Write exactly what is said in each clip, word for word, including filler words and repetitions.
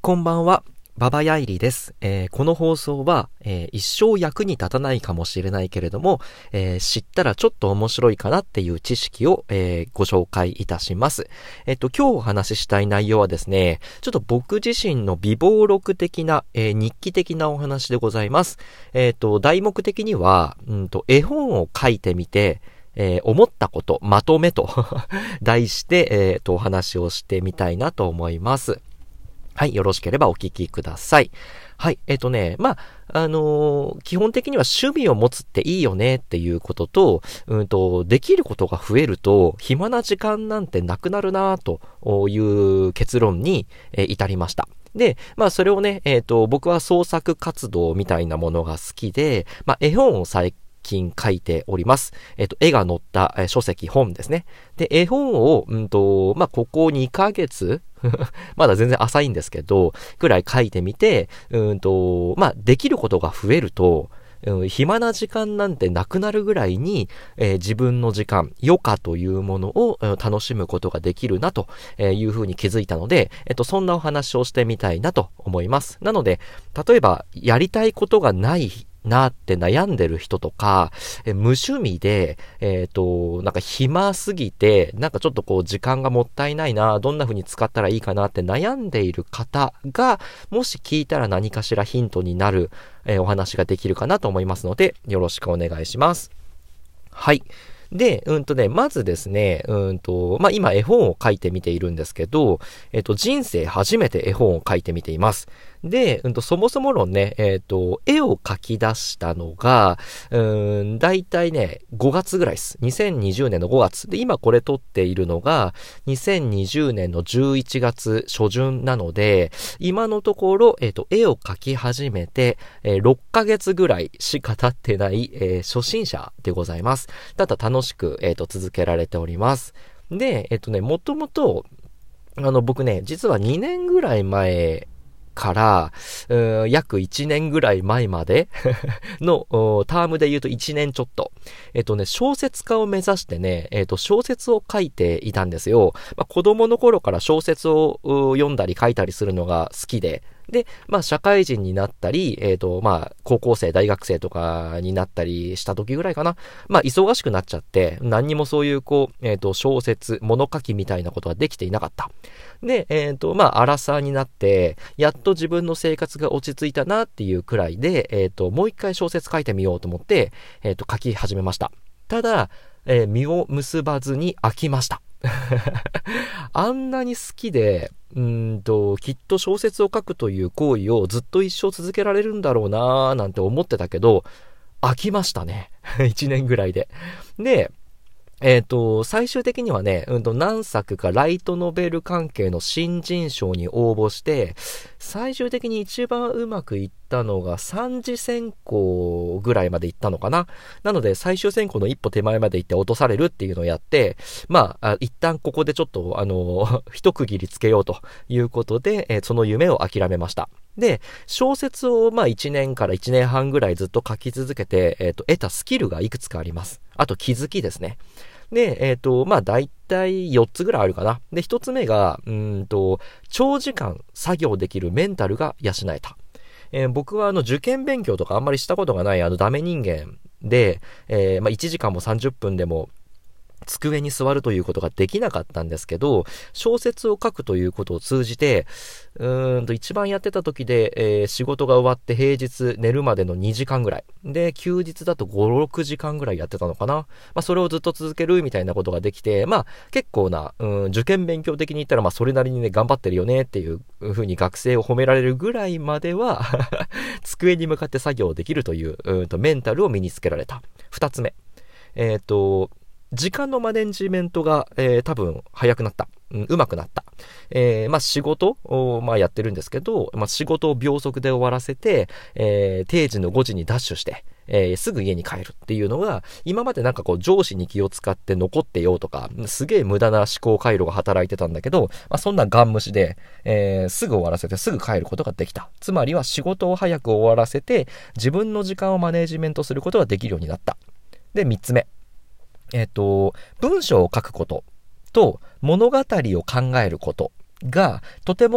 こんばんは、ババヤイリです。えーこの放送は、えー一生役に立たないかもしれないけれども、えー知ったらちょっと面白いかなっていう知識を、えーご紹介いたします。えっと、今日お話ししたい内容はですね、ちょっと僕自身の備忘録的な、えー日記的なお話でございます。えっと、題目的には、うんと、絵本を書いてみて、えー思ったこと、まとめと題して、えーと、お話をしてみたいなと思います。はい、よろしければお聞きください。はい、えっとね、まあ、あのー基本的には趣味を持つっていいよねっていうことと、うんと、できることが増えると、暇な時間なんてなくなるなという結論に、えー至りました。で、まあ、それをね、えっと、僕は創作活動みたいなものが好きで、まあ、絵本を最近書いております。えっと、絵が載ったえー書籍本ですね。で、絵本を、うんと、まあ、ここにかげつまだ全然浅いんですけど、くらい書いてみて、うんと、まあ、できることが増えると、うん、暇な時間なんてなくなるぐらいに、えー自分の時間、余暇というものを、うん楽しむことができるなというふうに気づいたので、えっと、そんなお話をしてみたいなと思います。なので、例えば、やりたいことがないなって悩んでる人とか、え無趣味で、えっと、なんか暇すぎて、なんかちょっとこう時間がもったいないな、どんな風に使ったらいいかなって悩んでいる方が、もし聞いたら何かしらヒントになる、えーお話ができるかなと思いますので、よろしくお願いします。はい。で、うんとね、まずですね、うんと、まあ、今絵本を書いてみているんですけど、えっと、人生初めて絵本を書いてみています。で、うんと、そもそも論ね、えっと、絵を描き出したのが、うん、だいたいね、ごがつぐらいです。にせんにじゅうねんのごがつ。で、今これ撮っているのが、にせんにじゅうねんのじゅういちがつ初旬なので、今のところ、えっと、絵を描き始めて、えーろっかげつぐらいしか経ってない、えー初心者でございます。ただ楽しく、えっと、続けられております。で、えっとね、もともと、あの、僕ね、実はにねんぐらい前から、うーん約いちねんぐらい前までのおタームで言うといちねんちょっと。えっとね、小説家を目指してね、えっと、小説を書いていたんですよ。まあ、子供の頃から小説をう読んだり書いたりするのが好きで、で、まあ、社会人になったり、えっと、まあ、高校生、大学生とかになったりした時ぐらいかな。まあ、忙しくなっちゃって、何にもそういう、こう、えっと、小説、物書きみたいなことができていなかった。で、えっと、まあ、アラサーになって、やっと自分の生活が落ち着いたなっていうくらいで、えっと、もう一回小説書いてみようと思って、えっと、書き始めました。ただ、えー実を結ばずに飽きました。あんなに好きで、うーんと、きっと小説を書くという行為をずっと一生続けられるんだろうなーなんて思ってたけど、飽きましたね。いちねんぐらいで。で、えっと、最終的にはね、うんと、何作かライトノベル関係の新人賞に応募して、最終的に一番うまくいったのが三次選考ぐらいまでいったのかな。なので、最終選考の一歩手前まで行って落とされるっていうのをやって、まあ、あ一旦ここでちょっと、あの、一区切りつけようということで、えーその夢を諦めました。で、小説をまあいちねんからいちねんはんぐらいずっと書き続けて、えっと、得たスキルがいくつかあります。あと気づきですね。で、えっと、まあ大体よっつぐらいあるかな。で、ひとつめが、うーんと、長時間作業できるメンタルが養えた。えー僕はあの受験勉強とかあんまりしたことがないあのダメ人間で、えーまあいちじかんもさんじゅっぷんでも机に座るということができなかったんですけど、小説を書くということを通じて、うーんと一番やってた時で、えー仕事が終わって平日寝るまでのにじかんぐらい。で、休日だとご、ろくじかんぐらいやってたのかな。まあ、それをずっと続けるみたいなことができて、まあ、結構な、うん、受験勉強的に言ったら、まあ、それなりにね、頑張ってるよねっていう風に学生を褒められるぐらいまでは、机に向かって作業できるという、うんと、メンタルを身につけられた。二つ目。えっと、時間のマネジメントが、えー多分早くなった。うん、上手くなった。えーまあ仕事を、まあ、やってるんですけど、まあ仕事を秒速で終わらせて、えー定時のごじにダッシュして、えーすぐ家に帰るっていうのが、今までなんかこう上司に気を使って残ってようとか、すげえ無駄な思考回路が働いてたんだけど、まあそんなガン無視で、えーすぐ終わらせてすぐ帰ることができた。つまりは仕事を早く終わらせて、自分の時間をマネジメントすることができるようになった。で、三つ目。えっと、文章を書くことと物語を考えることがとても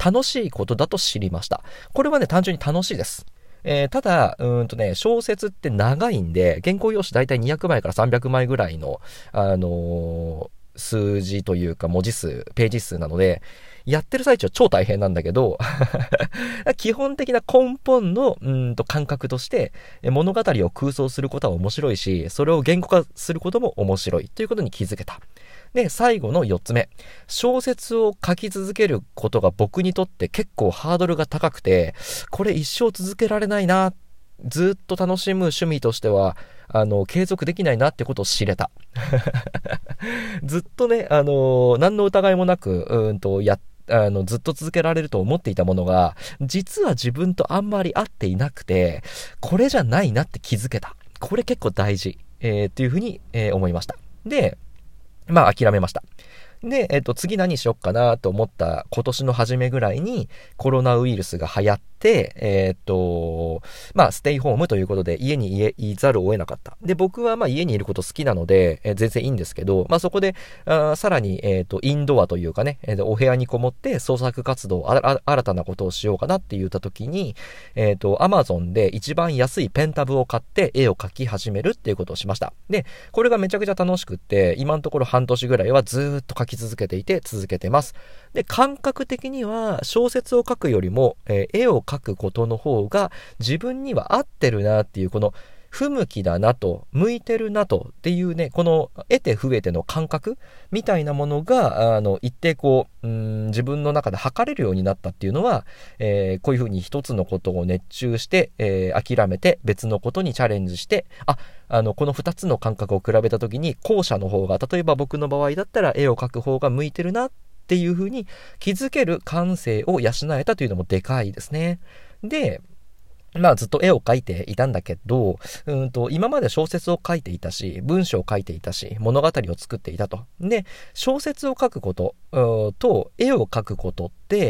楽しいことだと知りました。これはね、単純に楽しいです。えー、ただ、うーんとね、小説って長いんで、原稿用紙だいたいにひゃくまいからさんびゃくまいぐらいの、あのー、数字というか文字数、ページ数なので、やってる最中は超大変なんだけど、基本的な根本のうーんと感覚として、物語を空想することは面白いし、それを言語化することも面白いということに気づけた。で、最後のよっつめ。小説を書き続けることが僕にとって結構ハードルが高くて、これ一生続けられないな、ずっと楽しむ趣味としては、あの、継続できないなってことを知れた。ずっとね、あの、何の疑いもなく、うーんと、や、あの、ずっと続けられると思っていたものが、実は自分とあんまり合っていなくて、これじゃないなって気づけた。これ結構大事、えー、っていうふうに、えー、思いました。で、まあ諦めました。で、えっと、次何しよっかなと思った今年の初めぐらいにコロナウイルスが流行って、えっと、まあ、ステイホームということで家にいざるを得なかった。で、僕はまあ家にいること好きなので、えー、全然いいんですけど、まあそこで、あさらに、えっと、インドアというかね、えー、お部屋にこもって創作活動、ああ新たなことをしようかなって言った時に、えっと、アマゾンで一番安いペンタブを買って絵を描き始めるっていうことをしました。で、これがめちゃくちゃ楽しくって、今のところ半年ぐらいはずーっと描き続けていて続けてます。で、感覚的には小説を書くよりも、えー、絵を描くことの方が自分には合ってるなっていう、この不向きだなと、向いてるなとっていうね、この得て増えての感覚みたいなものが、あの、一定こう、うーん、自分の中で測れるようになったっていうのは、えー、こういうふうに一つのことを熱中して、えー、諦めて別のことにチャレンジして、あ、あの、この二つの感覚を比べたときに、後者の方が、例えば僕の場合だったら絵を描く方が向いてるなっていうふうに気づける感性を養えたというのもでかいですね。で、まあずっと絵を描いていたんだけど、うんと今まで小説を書いていたし、文章を書いていたし、物語を作っていたと。で、小説を書くことと絵を描くことって、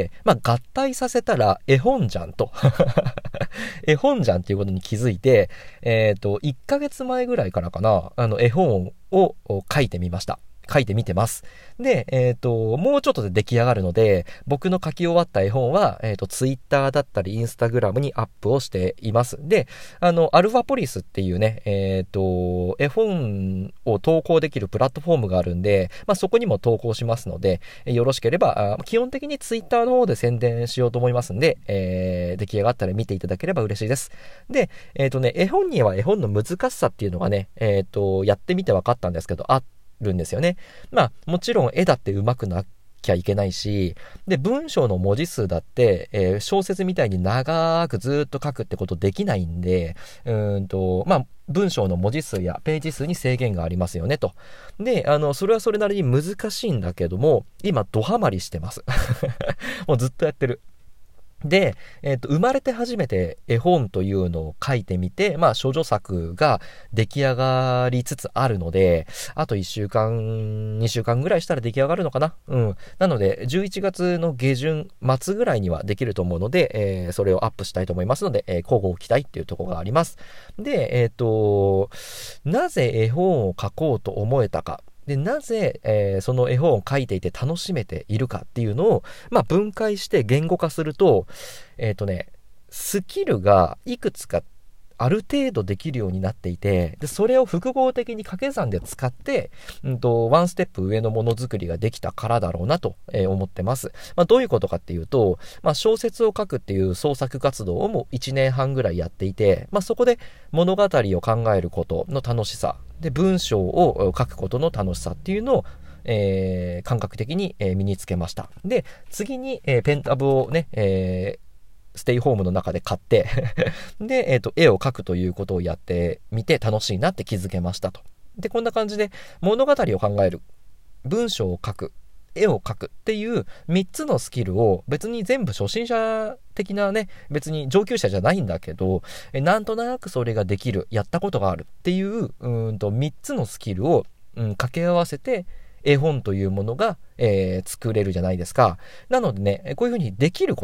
まあ合体させたら絵本じゃんと。絵本じゃんっていうことに気づいて、えっと、いっかげつまえぐらいからかな、あの絵本を書いてみました。書いてみてます。で、えっと、もうちょっとで出来上がるので、僕の書き終わった絵本は、えっと、ツイッターだったり、インスタグラムにアップをしています。で、あの、アルファポリスっていうね、えっと、絵本を投稿できるプラットフォームがあるんで、まあ、そこにも投稿しますので、よろしければ、基本的にツイッターの方で宣伝しようと思いますんで、えー、出来上がったら見ていただければ嬉しいです。で、えっとね、絵本には絵本の難しさっていうのがね、えっと、やってみて分かったんですけど、あるんですよね。まあもちろん絵だって上手くなきゃいけないし、で文章の文字数だって、えー、小説みたいに長くずっと書くってことできないんで、うーんとまあ文章の文字数やページ数に制限がありますよねと。で、あのそれはそれなりに難しいんだけども、今ドハマりしてます。もうずっとやってる。で、えっと、生まれて初めて絵本というのを書いてみて、まあ、処女作が出来上がりつつあるので、あといっしゅうかん、にしゅうかんぐらいしたら出来上がるのかな。うん。なので、じゅういちがつの下旬末ぐらいにはできると思うので、えー、それをアップしたいと思いますので、えー、交互期待っていうところがあります。で、えっと、なぜ絵本を書こうと思えたか。で、なぜ、えー、その絵本を書いていて楽しめているかっていうのを、まあ、分解して言語化すると、えっとね、スキルがいくつかある程度できるようになっていて、で、それを複合的に掛け算で使って、うんと、ワンステップ上のものづくりができたからだろうなと、えー、思ってます。まあ、どういうことかっていうと、まあ、小説を書くっていう創作活動をもういちねんはんぐらいやっていて、まあ、そこで物語を考えることの楽しさ、で、文章を書くことの楽しさっていうのを、えー、感覚的に、えー、身につけました。で、次に、えー、ペンタブをね、えーステイホームの中で買ってで、えっと、絵を描くということをやってみて楽しいなって気づけましたと。で、こんな感じで物語を考える、文章を書く、絵を描くっていうみっつのスキルを別に全部初心者的なね、別に上級者じゃないんだけど、なんとなくそれができる、やったことがあるっていう、うーんとみっつのスキルを、うん、掛け合わせて絵本というものが、えー、作れるじゃないですか。なのでね、こういうふうにできること、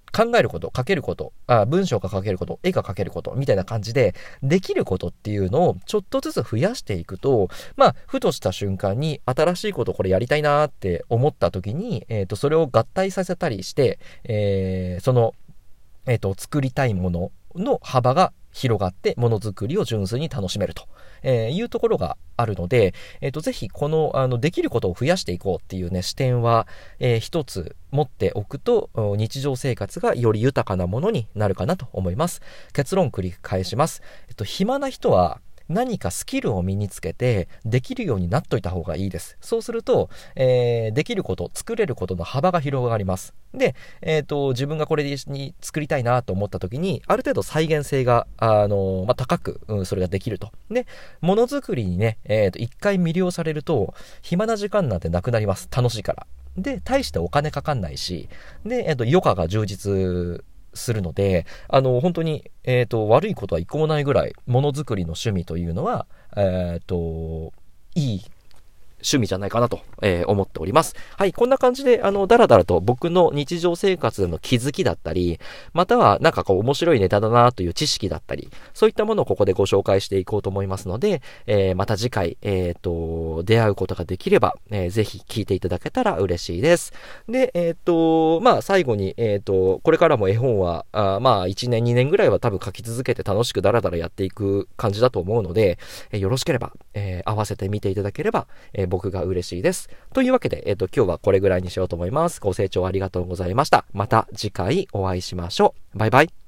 考えること、書けること、あ文章が書けること、絵が書けること、みたいな感じで、できることっていうのをちょっとずつ増やしていくと、まあ、ふとした瞬間に新しいことこれやりたいなって思った時に、えっと、それを合体させたりして、えー、その、えっと、作りたいものの幅が広がってものづくりを純粋に楽しめると、えー、いうところがあるので、えっと、ぜひこの、あの、できることを増やしていこうっていうね、視点は、えー、一つ持っておくと、日常生活がより豊かなものになるかなと思います。結論繰り返します。えっと、暇な人は、何かスキルを身につけてできるようになっといた方がいいです。そうすると、えー、できること、作れることの幅が広がります。で、えっと、自分がこれに作りたいなと思った時に、ある程度再現性が、あの、まあ、高く、うん、それができると。で、ものづくりにね、えっと、一回魅了されると、暇な時間なんてなくなります。楽しいから。で、大してお金かかんないし、で、えっと、余暇が充実するので、あの、本当に、えっと、悪いことは一個もないぐらい、ものづくりの趣味というのは、えっと、いい趣味じゃないかなと、えー、思っております。はい、こんな感じで、あの、だらだらと僕の日常生活での気づきだったり、またはなんかこう面白いネタだなという知識だったり、そういったものをここでご紹介していこうと思いますので、えー、また次回、えっと、出会うことができれば、えー、ぜひ聞いていただけたら嬉しいです。で、えっと、まあ、最後に、えっと、これからも絵本は、あまあ、いちねん、にねんぐらいは多分書き続けて楽しくだらだらやっていく感じだと思うので、えー、よろしければ、えー、合わせてみていただければ、えー僕が嬉しいです。というわけで、えっと、今日はこれぐらいにしようと思います。ご清聴ありがとうございました。また次回お会いしましょう。バイバイ。